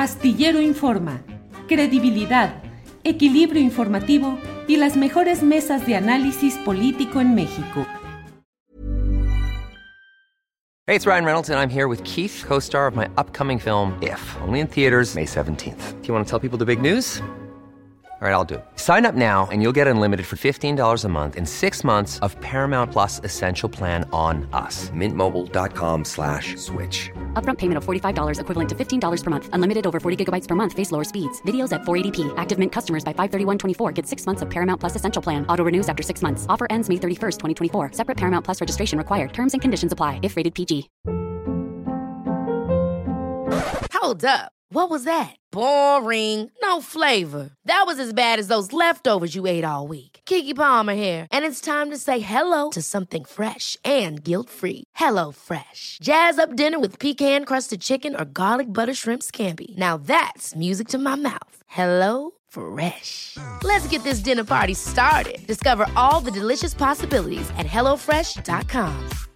Astillero Informa, credibilidad, equilibrio informativo y las mejores mesas de análisis político en México. Hey, it's Ryan Reynolds, and I'm here with Keith, co-star of my upcoming film, If, only in theaters May 17th. Do you want to tell people the big news? All right, I'll do it. Sign up now and you'll get unlimited for $15 a month and 6 months of Paramount Plus Essential Plan on us. MintMobile.com/switch. Upfront payment of $45 equivalent to $15 per month. Unlimited over 40 gigabytes per month. Face lower speeds. Videos at 480p. Active Mint customers by 531.24 get 6 months of Paramount Plus Essential Plan. Auto renews after 6 months. Offer ends May 31st, 2024. Separate Paramount Plus registration required. Terms and conditions apply if rated PG. Hold up. What was that? Boring. No flavor. That was as bad as those leftovers you ate all week. Keke Palmer here, and it's time to say hello to something fresh and guilt-free. Hello Fresh. Jazz up dinner with pecan-crusted chicken or garlic butter shrimp scampi. Now that's music to my mouth. Hello Fresh. Let's get this dinner party started. Discover all the delicious possibilities at hellofresh.com.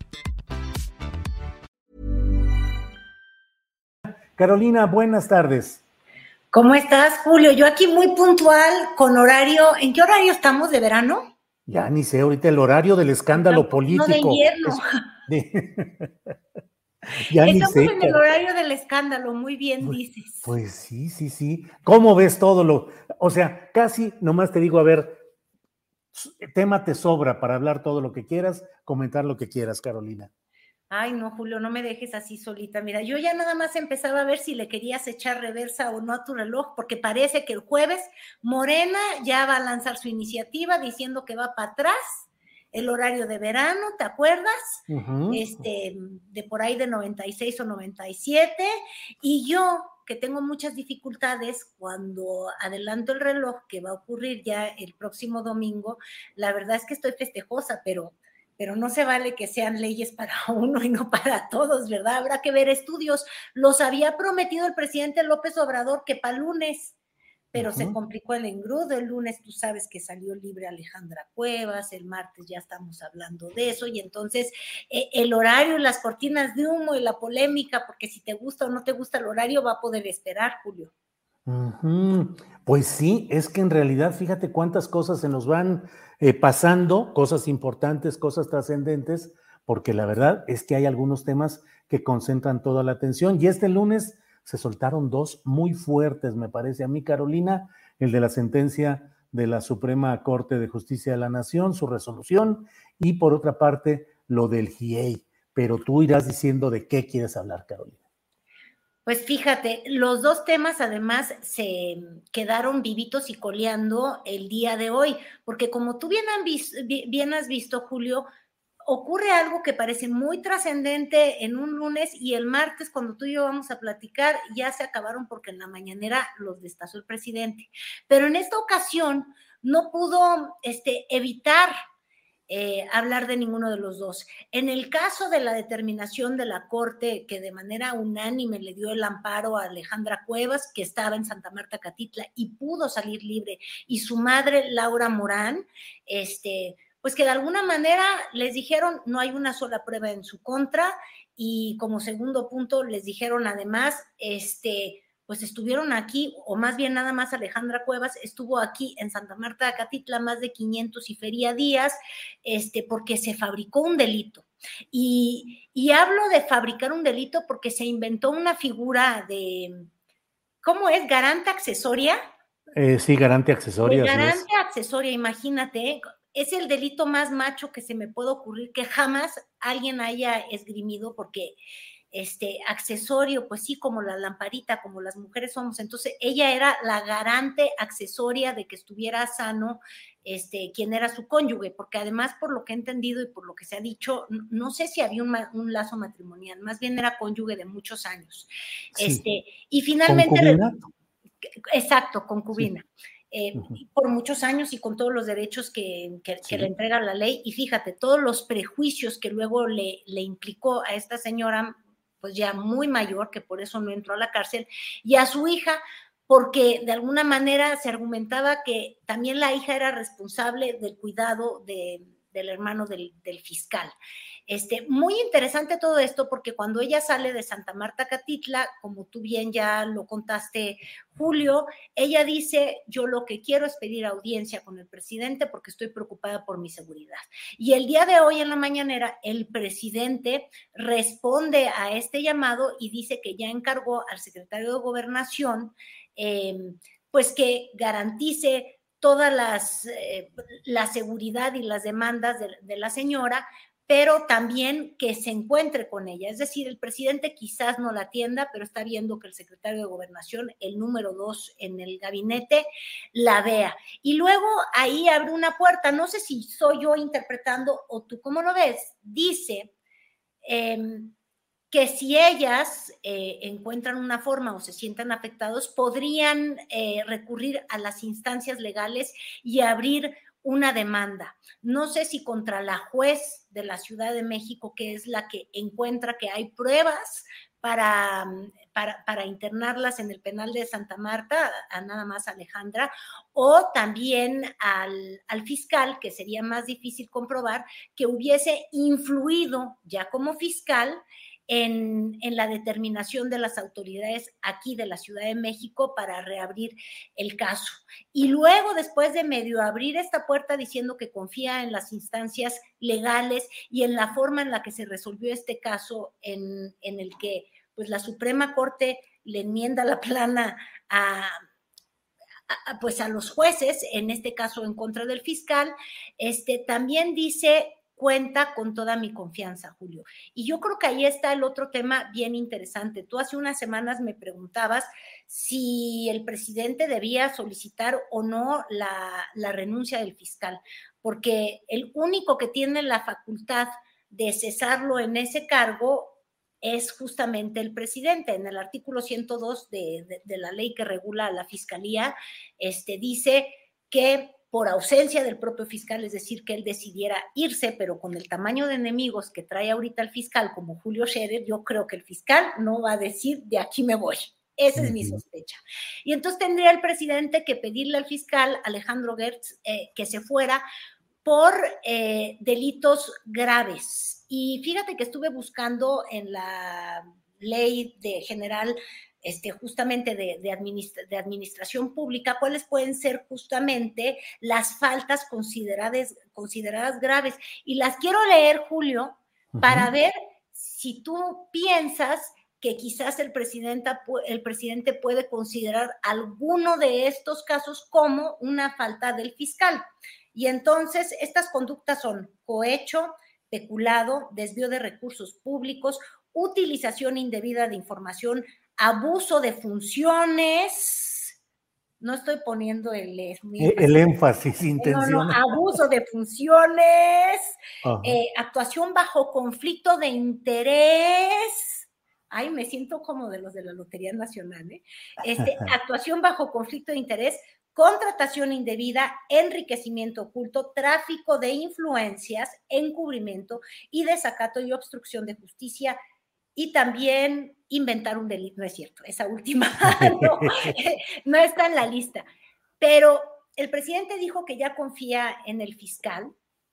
Carolina, buenas tardes. ¿Cómo estás, Julio? Yo aquí muy puntual, con horario. ¿En qué horario estamos de verano? Ya ni sé, ahorita el horario del escándalo político. No, de invierno. Ya ni estamos sé. En el horario del escándalo, muy bien dices. Pues sí. ¿Cómo ves todo lo...? O sea, casi nomás te digo, a ver, tema te sobra para hablar todo lo que quieras, comentar lo que quieras, Carolina. Ay, no, Julio, no me dejes así solita. Mira, yo ya nada más empezaba a ver si le querías echar reversa o no a tu reloj, porque parece que el jueves Morena ya va a lanzar su iniciativa diciendo que va para atrás el horario de verano, ¿te acuerdas? Uh-huh. De por ahí de 96 o 97, y yo, que tengo muchas dificultades cuando adelanto el reloj, que va a ocurrir ya el próximo domingo, la verdad es que estoy festejosa, pero no se vale que sean leyes para uno y no para todos, ¿verdad? Habrá que ver estudios. Los había prometido el presidente López Obrador que para lunes, pero se complicó el engrudo. El lunes tú sabes que salió libre Alejandra Cuevas, el martes ya estamos hablando de eso, y entonces el horario, las cortinas de humo y la polémica, porque si te gusta o no te gusta el horario, va a poder esperar, Julio. Pues sí, es que en realidad fíjate cuántas cosas se nos van pasando, cosas importantes, cosas trascendentes, porque la verdad es que hay algunos temas que concentran toda la atención, y este lunes se soltaron dos muy fuertes, me parece a mí, Carolina, el de la sentencia de la Suprema Corte de Justicia de la Nación, su resolución, y por otra parte lo del GIEI, pero tú irás diciendo de qué quieres hablar, Carolina. Pues fíjate, los dos temas además se quedaron vivitos y coleando el día de hoy, porque como tú bien has visto, Julio, ocurre algo que parece muy trascendente en un lunes, y el martes, cuando tú y yo vamos a platicar, ya se acabaron porque en la mañanera los destazó el presidente. Pero en esta ocasión no pudo evitar hablar de ninguno de los dos. En el caso de la determinación de la Corte, que de manera unánime le dio el amparo a Alejandra Cuevas, que estaba en Santa Marta, Catitla, y pudo salir libre, y su madre, Laura Morán, pues que de alguna manera les dijeron no hay una sola prueba en su contra, y como segundo punto les dijeron además, pues estuvieron aquí, o más bien nada más Alejandra Cuevas estuvo aquí en Santa Marta de Catitla más de 500 y feria días, porque se fabricó un delito. Y hablo de fabricar un delito porque se inventó una figura de, ¿cómo es? ¿Garante accesoria? Sí, garante accesoria. Garante accesoria, imagínate, es el delito más macho que se me puede ocurrir, que jamás alguien haya esgrimido, porque accesorio, pues sí, como la lamparita, como las mujeres somos. Entonces ella era la garante accesoria de que estuviera sano quien era su cónyuge, porque además, por lo que he entendido y por lo que se ha dicho, no sé si había un lazo matrimonial, más bien era cónyuge de muchos años. Sí. Y finalmente... ¿Concubina? Exacto, concubina. Sí. Por muchos años, y con todos los derechos que le entrega la ley. Y fíjate, todos los prejuicios que luego le implicó a esta señora, pues ya muy mayor, que por eso no entró a la cárcel, y a su hija, porque de alguna manera se argumentaba que también la hija era responsable del cuidado de del hermano del fiscal. Muy interesante todo esto, porque cuando ella sale de Santa Marta Catitla, como tú bien ya lo contaste, Julio, ella dice: yo lo que quiero es pedir audiencia con el presidente porque estoy preocupada por mi seguridad. Y el día de hoy en la mañanera, el presidente responde a este llamado y dice que ya encargó al secretario de Gobernación pues que garantice toda la seguridad y las demandas de la señora, pero también que se encuentre con ella. Es decir, el presidente quizás no la atienda, pero está viendo que el secretario de Gobernación, el número 2 en el gabinete, la vea. Y luego ahí abre una puerta, no sé si soy yo interpretando o tú cómo lo ves, dice que si ellas encuentran una forma o se sientan afectados, podrían recurrir a las instancias legales y abrir una demanda. No sé si contra la juez de la Ciudad de México, que es la que encuentra que hay pruebas para internarlas en el penal de Santa Marta, a nada más Alejandra, o también al fiscal, que sería más difícil comprobar, que hubiese influido ya como fiscal en la determinación de las autoridades aquí de la Ciudad de México para reabrir el caso. Y luego, después de medio abrir esta puerta diciendo que confía en las instancias legales y en la forma en la que se resolvió este caso, en el que pues la Suprema Corte le enmienda la plana a los jueces, en este caso en contra del fiscal, también dice: cuenta con toda mi confianza, Julio. Y yo creo que ahí está el otro tema bien interesante. Tú hace unas semanas me preguntabas si el presidente debía solicitar o no la renuncia del fiscal, porque el único que tiene la facultad de cesarlo en ese cargo es justamente el presidente. En el artículo 102 de la ley que regula a la fiscalía, dice que por ausencia del propio fiscal, es decir, que él decidiera irse, pero con el tamaño de enemigos que trae ahorita el fiscal, como Julio Scherer, yo creo que el fiscal no va a decir: de aquí me voy. Esa es mi sospecha. Y entonces tendría el presidente que pedirle al fiscal Alejandro Gertz que se fuera por delitos graves. Y fíjate que estuve buscando en la ley general justamente de administración pública, cuáles pueden ser justamente las faltas consideradas graves. Y las quiero leer, Julio, para ver si tú piensas que quizás el presidente puede considerar alguno de estos casos como una falta del fiscal. Y entonces estas conductas son cohecho, peculado, desvío de recursos públicos, utilización indebida de información, abuso de funciones, no estoy poniendo el énfasis intencional. No, abuso de funciones, actuación bajo conflicto de interés. Ay, me siento como de los de la Lotería Nacional, actuación bajo conflicto de interés, contratación indebida, enriquecimiento oculto, tráfico de influencias, encubrimiento y desacato y obstrucción de justicia, y también inventar un delito. No es cierto, esa última no está en la lista. Pero el presidente dijo que ya confía en el fiscal.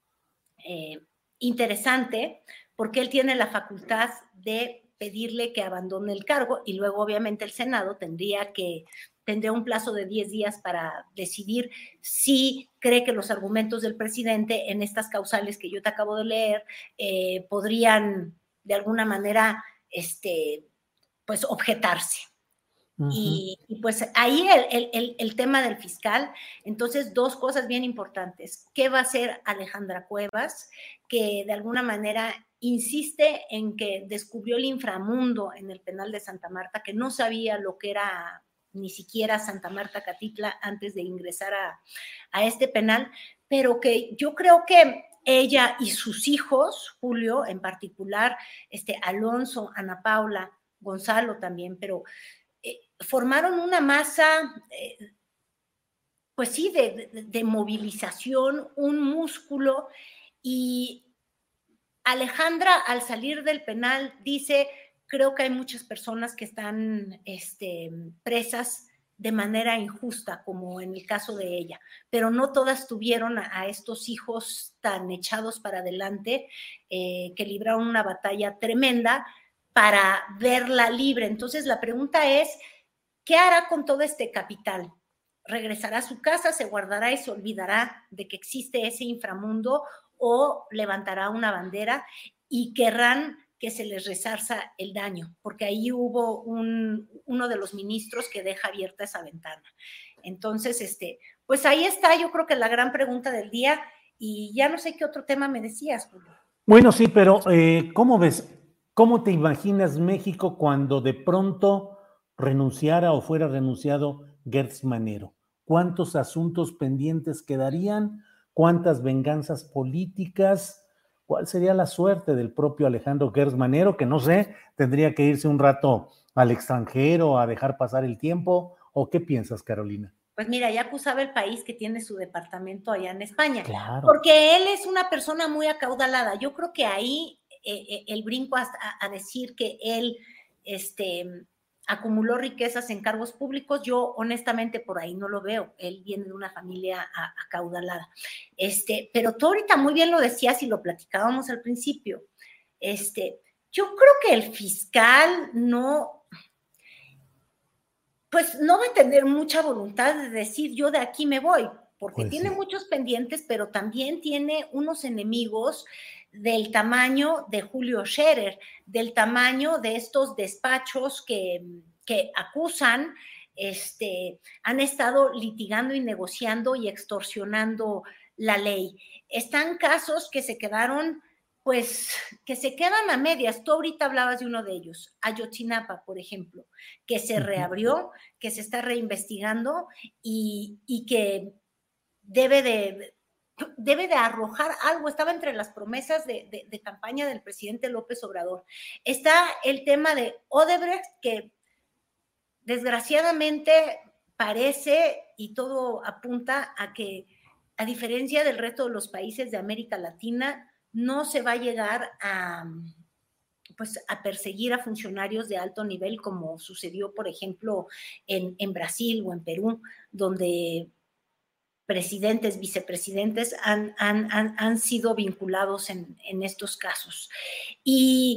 Interesante, porque él tiene la facultad de pedirle que abandone el cargo, y luego obviamente el Senado tendría un plazo de 10 días para decidir si cree que los argumentos del presidente en estas causales que yo te acabo de leer podrían de alguna manera pues objetarse. Y pues ahí el tema del fiscal. Entonces, dos cosas bien importantes. ¿Qué va a hacer Alejandra Cuevas? Que de alguna manera insiste en que descubrió el inframundo en el penal de Santa Marta, que no sabía lo que era ni siquiera Santa Marta Catitla antes de ingresar a este penal, pero que yo creo que ella y sus hijos, Julio en particular, Alonso, Ana Paula, Gonzalo también, pero formaron una masa, pues sí, de movilización, un músculo. Y Alejandra, al salir del penal, dice: creo que hay muchas personas que están presas de manera injusta, como en el caso de ella, pero no todas tuvieron a estos hijos tan echados para adelante, que libraron una batalla tremenda para verla libre. Entonces la pregunta es, ¿qué hará con todo este capital? ¿Regresará a su casa, se guardará y se olvidará de que existe ese inframundo, o levantará una bandera y querrán que se les resarza el daño? Porque ahí hubo uno de los ministros que deja abierta esa ventana. Entonces, pues ahí está, yo creo que la gran pregunta del día, y ya no sé qué otro tema me decías, Julio. Bueno, sí, pero ¿cómo ves? ¿Cómo te imaginas México cuando de pronto renunciara o fuera renunciado Gertz Manero? ¿Cuántos asuntos pendientes quedarían? ¿Cuántas venganzas políticas? ¿Cuál sería la suerte del propio Alejandro Gertz Manero? Que no sé, tendría que irse un rato al extranjero a dejar pasar el tiempo. ¿O qué piensas, Carolina? Pues mira, ya acusaba el país que tiene su departamento allá en España, claro, porque él es una persona muy acaudalada. Yo creo que ahí el brinco a decir que él acumuló riquezas en cargos públicos, yo honestamente por ahí no lo veo. Él viene de una familia acaudalada. Pero tú ahorita muy bien lo decías y lo platicábamos al principio. Yo creo que el fiscal no va a tener mucha voluntad de decir yo de aquí me voy, porque tiene muchos pendientes, pero también tiene unos enemigos del tamaño de Julio Scherer, del tamaño de estos despachos que acusan, han estado litigando y negociando y extorsionando la ley. Están casos que se quedaron, que se quedan a medias. Tú ahorita hablabas de uno de ellos, Ayotzinapa, por ejemplo, que se reabrió, que se está reinvestigando y que debe de arrojar algo. Estaba entre las promesas de campaña del presidente López Obrador. Está el tema de Odebrecht, que desgraciadamente parece, y todo apunta a que, a diferencia del resto de los países de América Latina, no se va a llegar a perseguir a funcionarios de alto nivel, como sucedió, por ejemplo, en Brasil o en Perú, donde presidentes, vicepresidentes han sido vinculados en estos casos. Y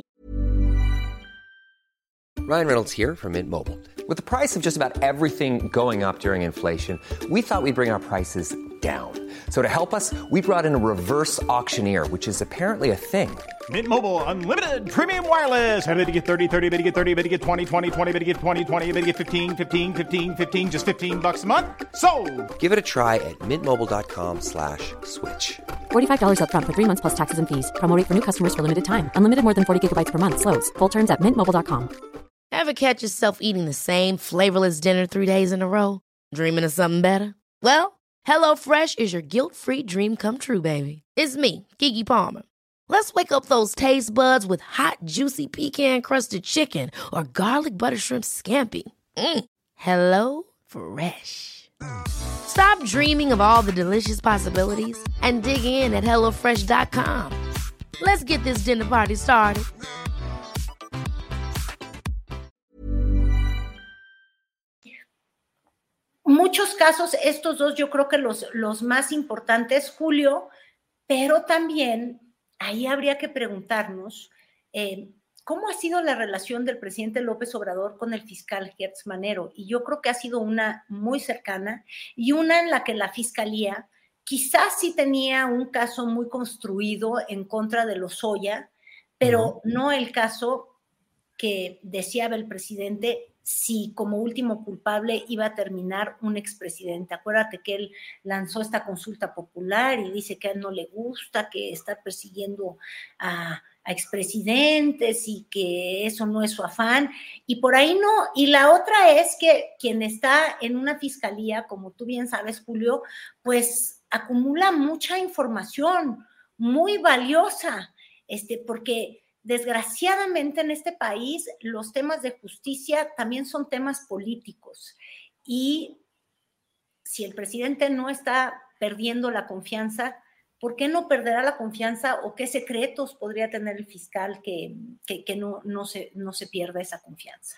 Ryan Reynolds here from Mint Mobile. With the price of just about everything going up during inflation, we thought we'd bring our prices down. So to help us, we brought in a reverse auctioneer, which is apparently a thing. Mint Mobile Unlimited Premium Wireless. How to get 30, 30, bit to get 30, bit to get 20, 20, 20, bit to get 20, 20, bit to get 15, 15, 15, 15, just $15 a month? Sold! Give it a try at mintmobile.com/switch. $45 up front for 3 months plus taxes and fees. Promo rate for new customers for limited time. Unlimited more than 40 gigabytes per month. Slows full terms at mintmobile.com. Ever catch yourself eating the same flavorless dinner 3 days in a row? Dreaming of something better? Well, HelloFresh is your guilt-free dream come true, baby. It's me, Keke Palmer. Let's wake up those taste buds with hot, juicy pecan-crusted chicken or garlic butter shrimp scampi. Hello Fresh. Stop dreaming of all the delicious possibilities and dig in at HelloFresh.com. Let's get this dinner party started. Muchos casos, estos dos yo creo que los más importantes, Julio, pero también ahí habría que preguntarnos cómo ha sido la relación del presidente López Obrador con el fiscal Gertz Manero. Y yo creo que ha sido una muy cercana y una en la que la fiscalía quizás sí tenía un caso muy construido en contra de Lozoya, pero no el caso que deseaba el presidente, si como último culpable iba a terminar un expresidente. Acuérdate que él lanzó esta consulta popular y dice que a él no le gusta, que está persiguiendo a expresidentes y que eso no es su afán, y por ahí no. Y la otra es que quien está en una fiscalía, como tú bien sabes, Julio, pues acumula mucha información muy valiosa, porque desgraciadamente en este país los temas de justicia también son temas políticos, y si el presidente no está perdiendo la confianza, ¿por qué no perderá la confianza, o qué secretos podría tener el fiscal que no se pierda esa confianza?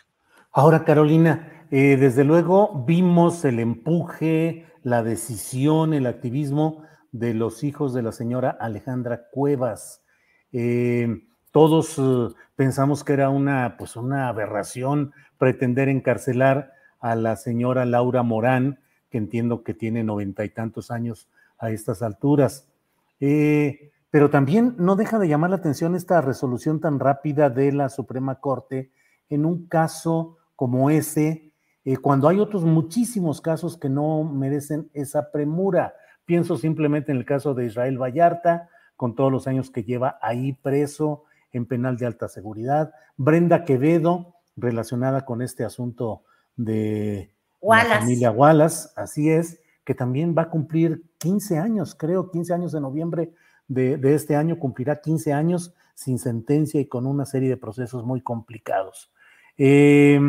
Ahora, Carolina, desde luego vimos el empuje, la decisión, el activismo de los hijos de la señora Alejandra Cuevas. Todos pensamos que era pues una aberración pretender encarcelar a la señora Laura Morán, que entiendo que tiene 90 y tantos años a estas alturas. Pero también no deja de llamar la atención esta resolución tan rápida de la Suprema Corte en un caso como ese, cuando hay otros muchísimos casos que no merecen esa premura. Pienso simplemente en el caso de Israel Vallarta, con todos los años que lleva ahí preso en penal de alta seguridad. Brenda Quevedo, relacionada con este asunto de Wallace. La familia Wallace, así es, que también va a cumplir 15 años, creo, 15 años de noviembre de este año, cumplirá 15 años sin sentencia y con una serie de procesos muy complicados. ¿Qué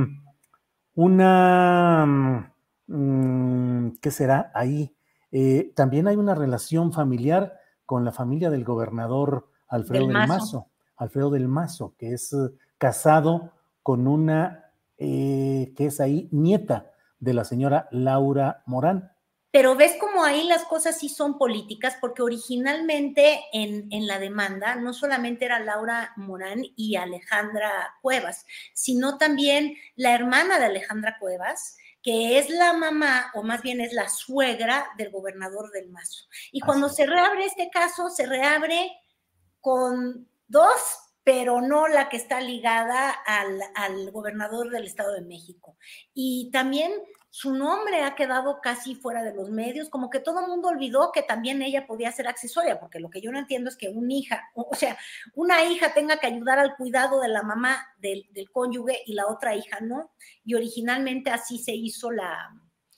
será ahí? También hay una relación familiar con la familia del gobernador Alfredo del Mazo, que es casado con una que es ahí nieta de la señora Laura Morán. Pero ves como ahí las cosas sí son políticas, porque originalmente en la demanda no solamente era Laura Morán y Alejandra Cuevas, sino también la hermana de Alejandra Cuevas, que es la mamá, o más bien es la suegra del gobernador del Mazo. Y cuando se reabre este caso, se reabre con dos, pero no la que está ligada al gobernador del Estado de México. Y también su nombre ha quedado casi fuera de los medios, como que todo el mundo olvidó que también ella podía ser accesoria, porque lo que yo no entiendo es que una hija tenga que ayudar al cuidado de la mamá del cónyuge y la otra hija no, y originalmente así se hizo la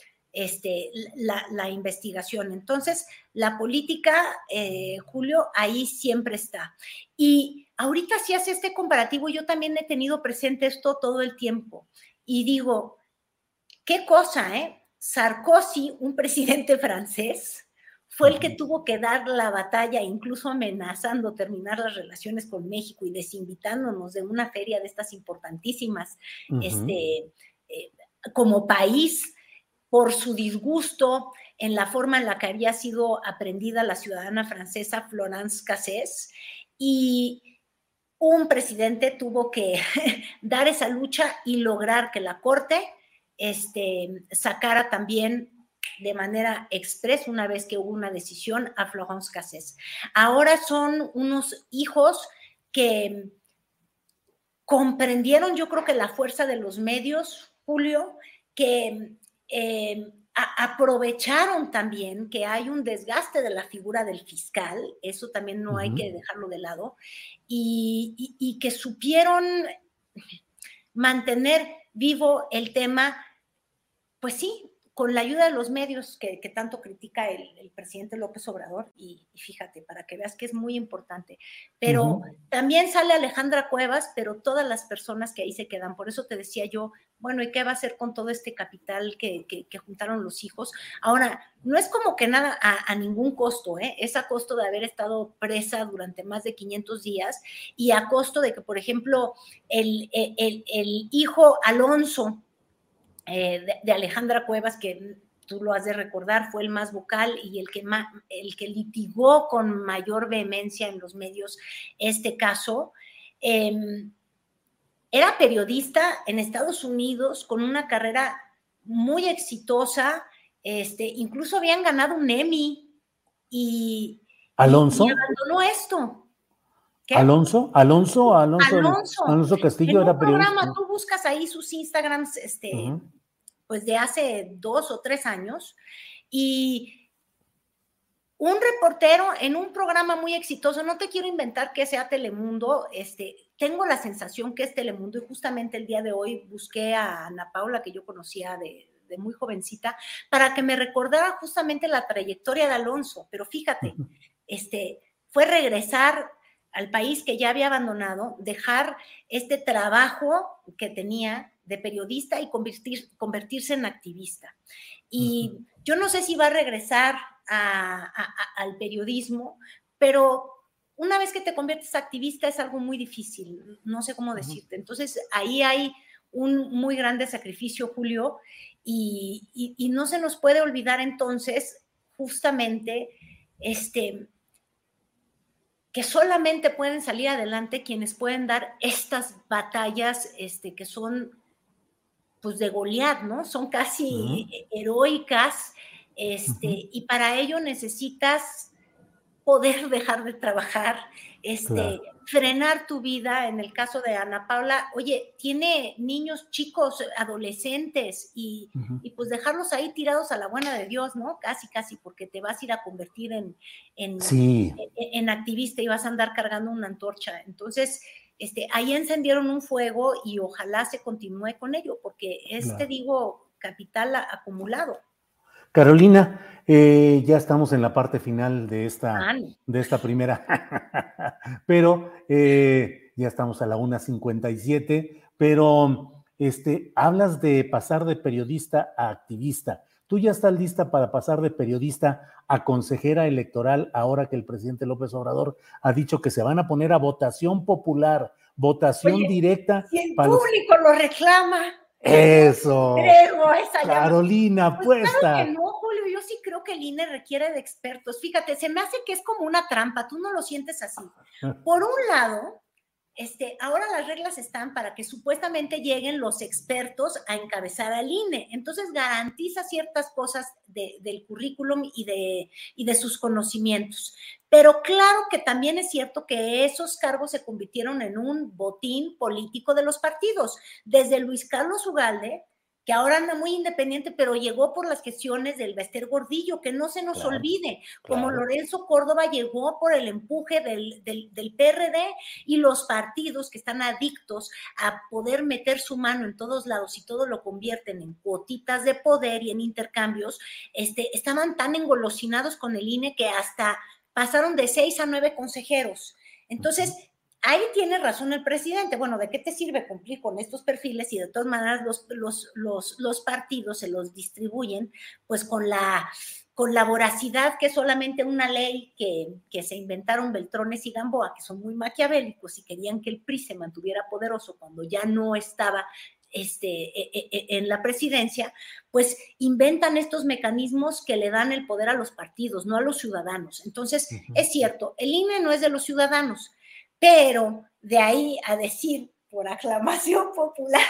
investigación. Entonces, la política, Julio, ahí siempre está. Y ahorita si hace este comparativo, yo también he tenido presente esto todo el tiempo, y digo, qué cosa, Sarkozy, un presidente francés, fue el que tuvo que dar la batalla, incluso amenazando terminar las relaciones con México y desinvitándonos de una feria de estas importantísimas, como país, por su disgusto en la forma en la que había sido aprendida la ciudadana francesa Florence Cassés, y un presidente tuvo que dar esa lucha y lograr que la Corte sacara también de manera express, una vez que hubo una decisión, a Florence Cassés. Ahora son unos hijos que comprendieron, yo creo que la fuerza de los medios, Julio, que aprovecharon también que hay un desgaste de la figura del fiscal, eso también no hay que dejarlo de lado, y que supieron mantener vivo el tema, pues sí, con la ayuda de los medios que tanto critica el presidente López Obrador, y fíjate, para que veas que es muy importante. Pero también sale Alejandra Cuevas, pero todas las personas que ahí se quedan. Por eso te decía yo, bueno, ¿y qué va a hacer con todo este capital que juntaron los hijos? Ahora, no es como que nada a ningún costo, es a costo de haber estado presa durante más de 500 días y a costo de que, por ejemplo, el hijo Alonso, de Alejandra Cuevas, que tú lo has de recordar, fue el más vocal y el que litigó con mayor vehemencia en los medios este caso. Era periodista en Estados Unidos con una carrera muy exitosa, incluso habían ganado un Emmy y abandonó esto. ¿Qué? Alonso Castillo era periodista. Programa, tú buscas ahí sus Instagrams, pues de hace 2 o 3 años, y un reportero en un programa muy exitoso, no te quiero inventar que sea Telemundo, tengo la sensación que es Telemundo, y justamente el día de hoy busqué a Ana Paula, que yo conocía de muy jovencita, para que me recordara justamente la trayectoria de Alonso, pero fíjate, fue regresar al país que ya había abandonado, dejar este trabajo que tenía de periodista y convertirse en activista. Y yo no sé si va a regresar al periodismo, pero una vez que te conviertes activista es algo muy difícil, no sé cómo decirte. Entonces ahí hay un muy grande sacrificio, Julio, y no se nos puede olvidar entonces justamente que solamente pueden salir adelante quienes pueden dar estas batallas que son pues de Goliat, ¿no? Son casi heroicas, y para ello necesitas poder dejar de trabajar, Claro. frenar tu vida. En el caso de Ana Paula, oye, tiene niños chicos, adolescentes, y pues dejarlos ahí tirados a la buena de Dios, ¿no? Casi, porque te vas a ir a convertir Sí. en activista y vas a andar cargando una antorcha. Entonces, ahí encendieron un fuego y ojalá se continúe con ello, porque Claro. digo, capital acumulado. Carolina, ya estamos en la parte final de esta primera, pero ya estamos a la 1:57, pero hablas de pasar de periodista a activista. ¿Tú ya estás lista para pasar de periodista a consejera electoral ahora que el presidente López Obrador ha dicho que se van a poner a votación popular, votación directa? Si el público lo reclama. Eso. Carolina, apuesta. Claro que no, Julio, yo sí creo que el INE requiere de expertos. Fíjate, se me hace que es como una trampa, tú no lo sientes así. Por un lado, ahora las reglas están para que supuestamente lleguen los expertos a encabezar al INE. Entonces garantiza ciertas cosas del currículum y de sus conocimientos. Pero claro que también es cierto que esos cargos se convirtieron en un botín político de los partidos. Desde Luis Carlos Ugalde, que ahora anda muy independiente, pero llegó por las gestiones del Bester Gordillo, que no se nos olvide, como Lorenzo Córdoba llegó por el empuje del PRD, y los partidos que están adictos a poder meter su mano en todos lados y todo lo convierten en cuotitas de poder y en intercambios, estaban tan engolosinados con el INE que hasta pasaron de 6 a 9 consejeros. Entonces, ahí tiene razón el presidente. Bueno, ¿de qué te sirve cumplir con estos perfiles? Y de todas maneras los partidos se los distribuyen pues con la voracidad que es solamente una ley que se inventaron Beltrones y Gamboa, que son muy maquiavélicos y querían que el PRI se mantuviera poderoso cuando ya no estaba en la presidencia, pues inventan estos mecanismos que le dan el poder a los partidos, no a los ciudadanos. Entonces, es cierto, el INE no es de los ciudadanos, pero de ahí a decir por aclamación popular,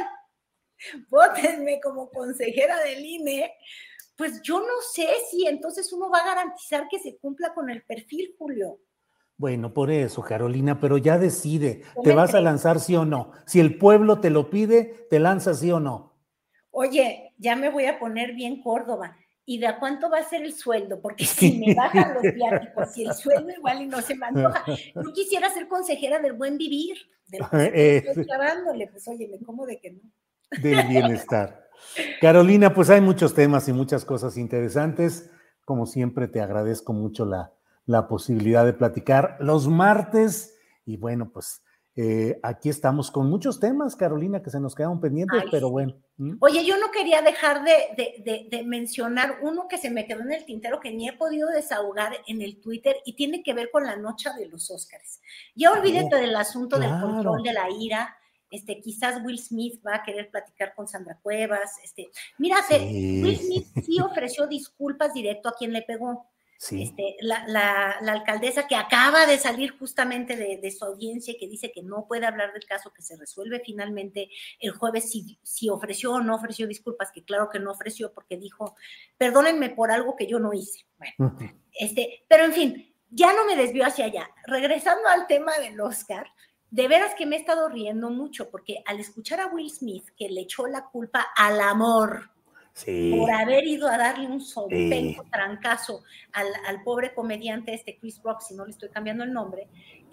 vótenme como consejera del INE, pues yo no sé si entonces uno va a garantizar que se cumpla con el perfil, Julio. Bueno, por eso, Carolina, pero ya decide, ¿te vas a lanzar sí o no? Si el pueblo te lo pide, ¿te lanzas sí o no? Oye, ya me voy a poner bien Córdoba. ¿Y de a cuánto va a ser el sueldo? Porque si me bajan los viáticos y el sueldo igual y no se me antoja. Yo quisiera ser consejera del buen vivir, del que estoy clavándole. Pues oye, ¿cómo de que no? Del bienestar. Carolina, pues hay muchos temas y muchas cosas interesantes. Como siempre, te agradezco mucho la posibilidad de platicar los martes. Y bueno, pues aquí estamos con muchos temas, Carolina, que se nos quedaron pendientes, pero bueno. Oye, yo no quería dejar de mencionar uno que se me quedó en el tintero, que ni he podido desahogar en el Twitter, y tiene que ver con la noche de los Óscares. Ya olvídate del asunto del control de la ira. Quizás Will Smith va a querer platicar con Sandra Cuevas. Mírate, Will Smith sí ofreció disculpas directo a quien le pegó. Sí. La alcaldesa que acaba de salir justamente de su audiencia y que dice que no puede hablar del caso, que se resuelve finalmente el jueves si ofreció o no ofreció disculpas, que claro que no ofreció porque dijo, perdónenme por algo que yo no hice. Bueno, pero en fin, ya no me desvío hacia allá. Regresando al tema del Oscar, de veras que me he estado riendo mucho porque al escuchar a Will Smith que le echó la culpa al amor, por haber ido a darle un sompenco trancazo al pobre comediante Chris Rock, si no le estoy cambiando el nombre,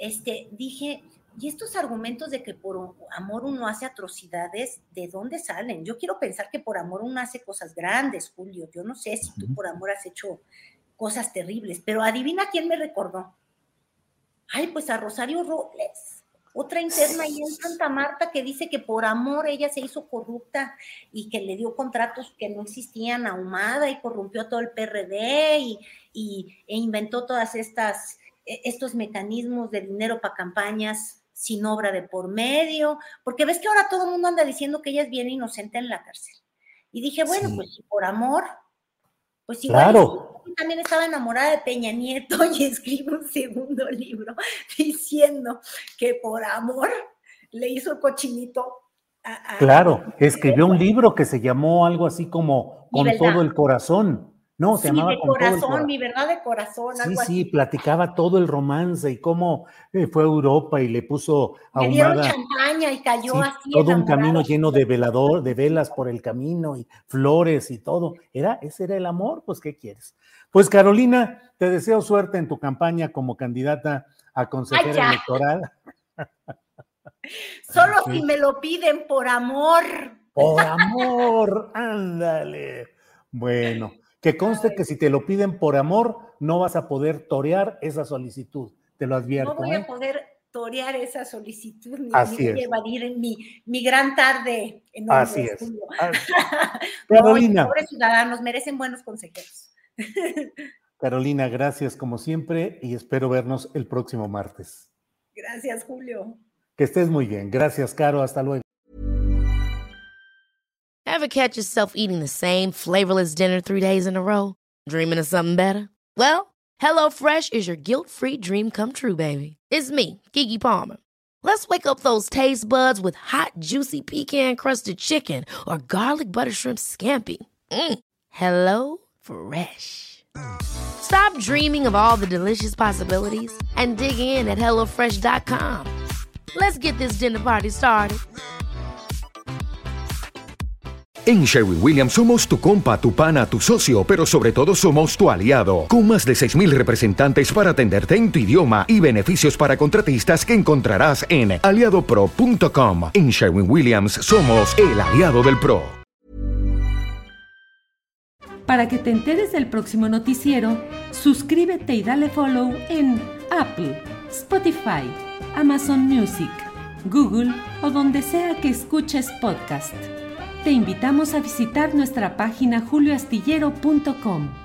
dije, ¿y estos argumentos de que por amor uno hace atrocidades, de dónde salen? Yo quiero pensar que por amor uno hace cosas grandes, Julio. Yo no sé si tú por amor has hecho cosas terribles, pero adivina quién me recordó. Ay, pues a Rosario Robles. Otra interna ahí en Santa Marta que dice que por amor ella se hizo corrupta y que le dio contratos que no existían a Ahumada y corrompió a todo el PRD e inventó todas estos mecanismos de dinero para campañas sin obra de por medio, porque ves que ahora todo el mundo anda diciendo que ella es bien inocente en la cárcel. Y dije, bueno, Sí. pues si por amor, pues igual Claro. yo también estaba enamorada de Peña Nieto y escribo un segundo libro diciendo que por amor le hizo el cochinito a Claro, escribió un libro que se llamó algo así como Mi Con verdad. todo el corazón. No, se Sí, llamaba de Con todo el corazón, corazón. mi verdad de corazón, Sí, algo sí, así. platicaba todo el romance y cómo fue a Europa y le puso Me dieron ahumada. champaña y cayó Sí, así todo un enamorada. camino lleno de de velas por el camino y flores y todo. Ese era el amor, pues, ¿qué quieres? Pues, Carolina, te deseo suerte en tu campaña como candidata a consejera ya. electoral. Solo si me lo piden por amor. Por amor, ándale. Bueno, que conste que si te lo piden por amor, no vas a poder torear esa solicitud. Te lo No advierto, voy a poder torear esa solicitud, ni Así voy a es. evadir en mi gran tarde en Así hombres, es. Julio. No, Carolina. pobres ciudadanos merecen buenos consejeros. Carolina, gracias como siempre y espero vernos el próximo martes. Gracias, Julio. Que estés muy bien. Gracias, Caro. Hasta luego. Ever catch yourself eating the same flavorless dinner 3 days in a row? Dreaming of something better? Well, HelloFresh is your guilt-free dream come true, baby. It's me, Keke Palmer. Let's wake up those taste buds with hot, juicy pecan-crusted chicken or garlic butter shrimp scampi. Hello Fresh. Stop dreaming of all the delicious possibilities and dig in at HelloFresh.com. Let's get this dinner party started. En Sherwin-Williams somos tu compa, tu pana, tu socio, pero sobre todo somos tu aliado, con más de 6,000 representantes para atenderte en tu idioma y beneficios para contratistas que encontrarás en aliadopro.com. En Sherwin-Williams somos el aliado del pro. Para que te enteres del próximo noticiero, suscríbete y dale follow en Apple, Spotify, Amazon Music, Google o donde sea que escuches podcast. Te invitamos a visitar nuestra página julioastillero.com.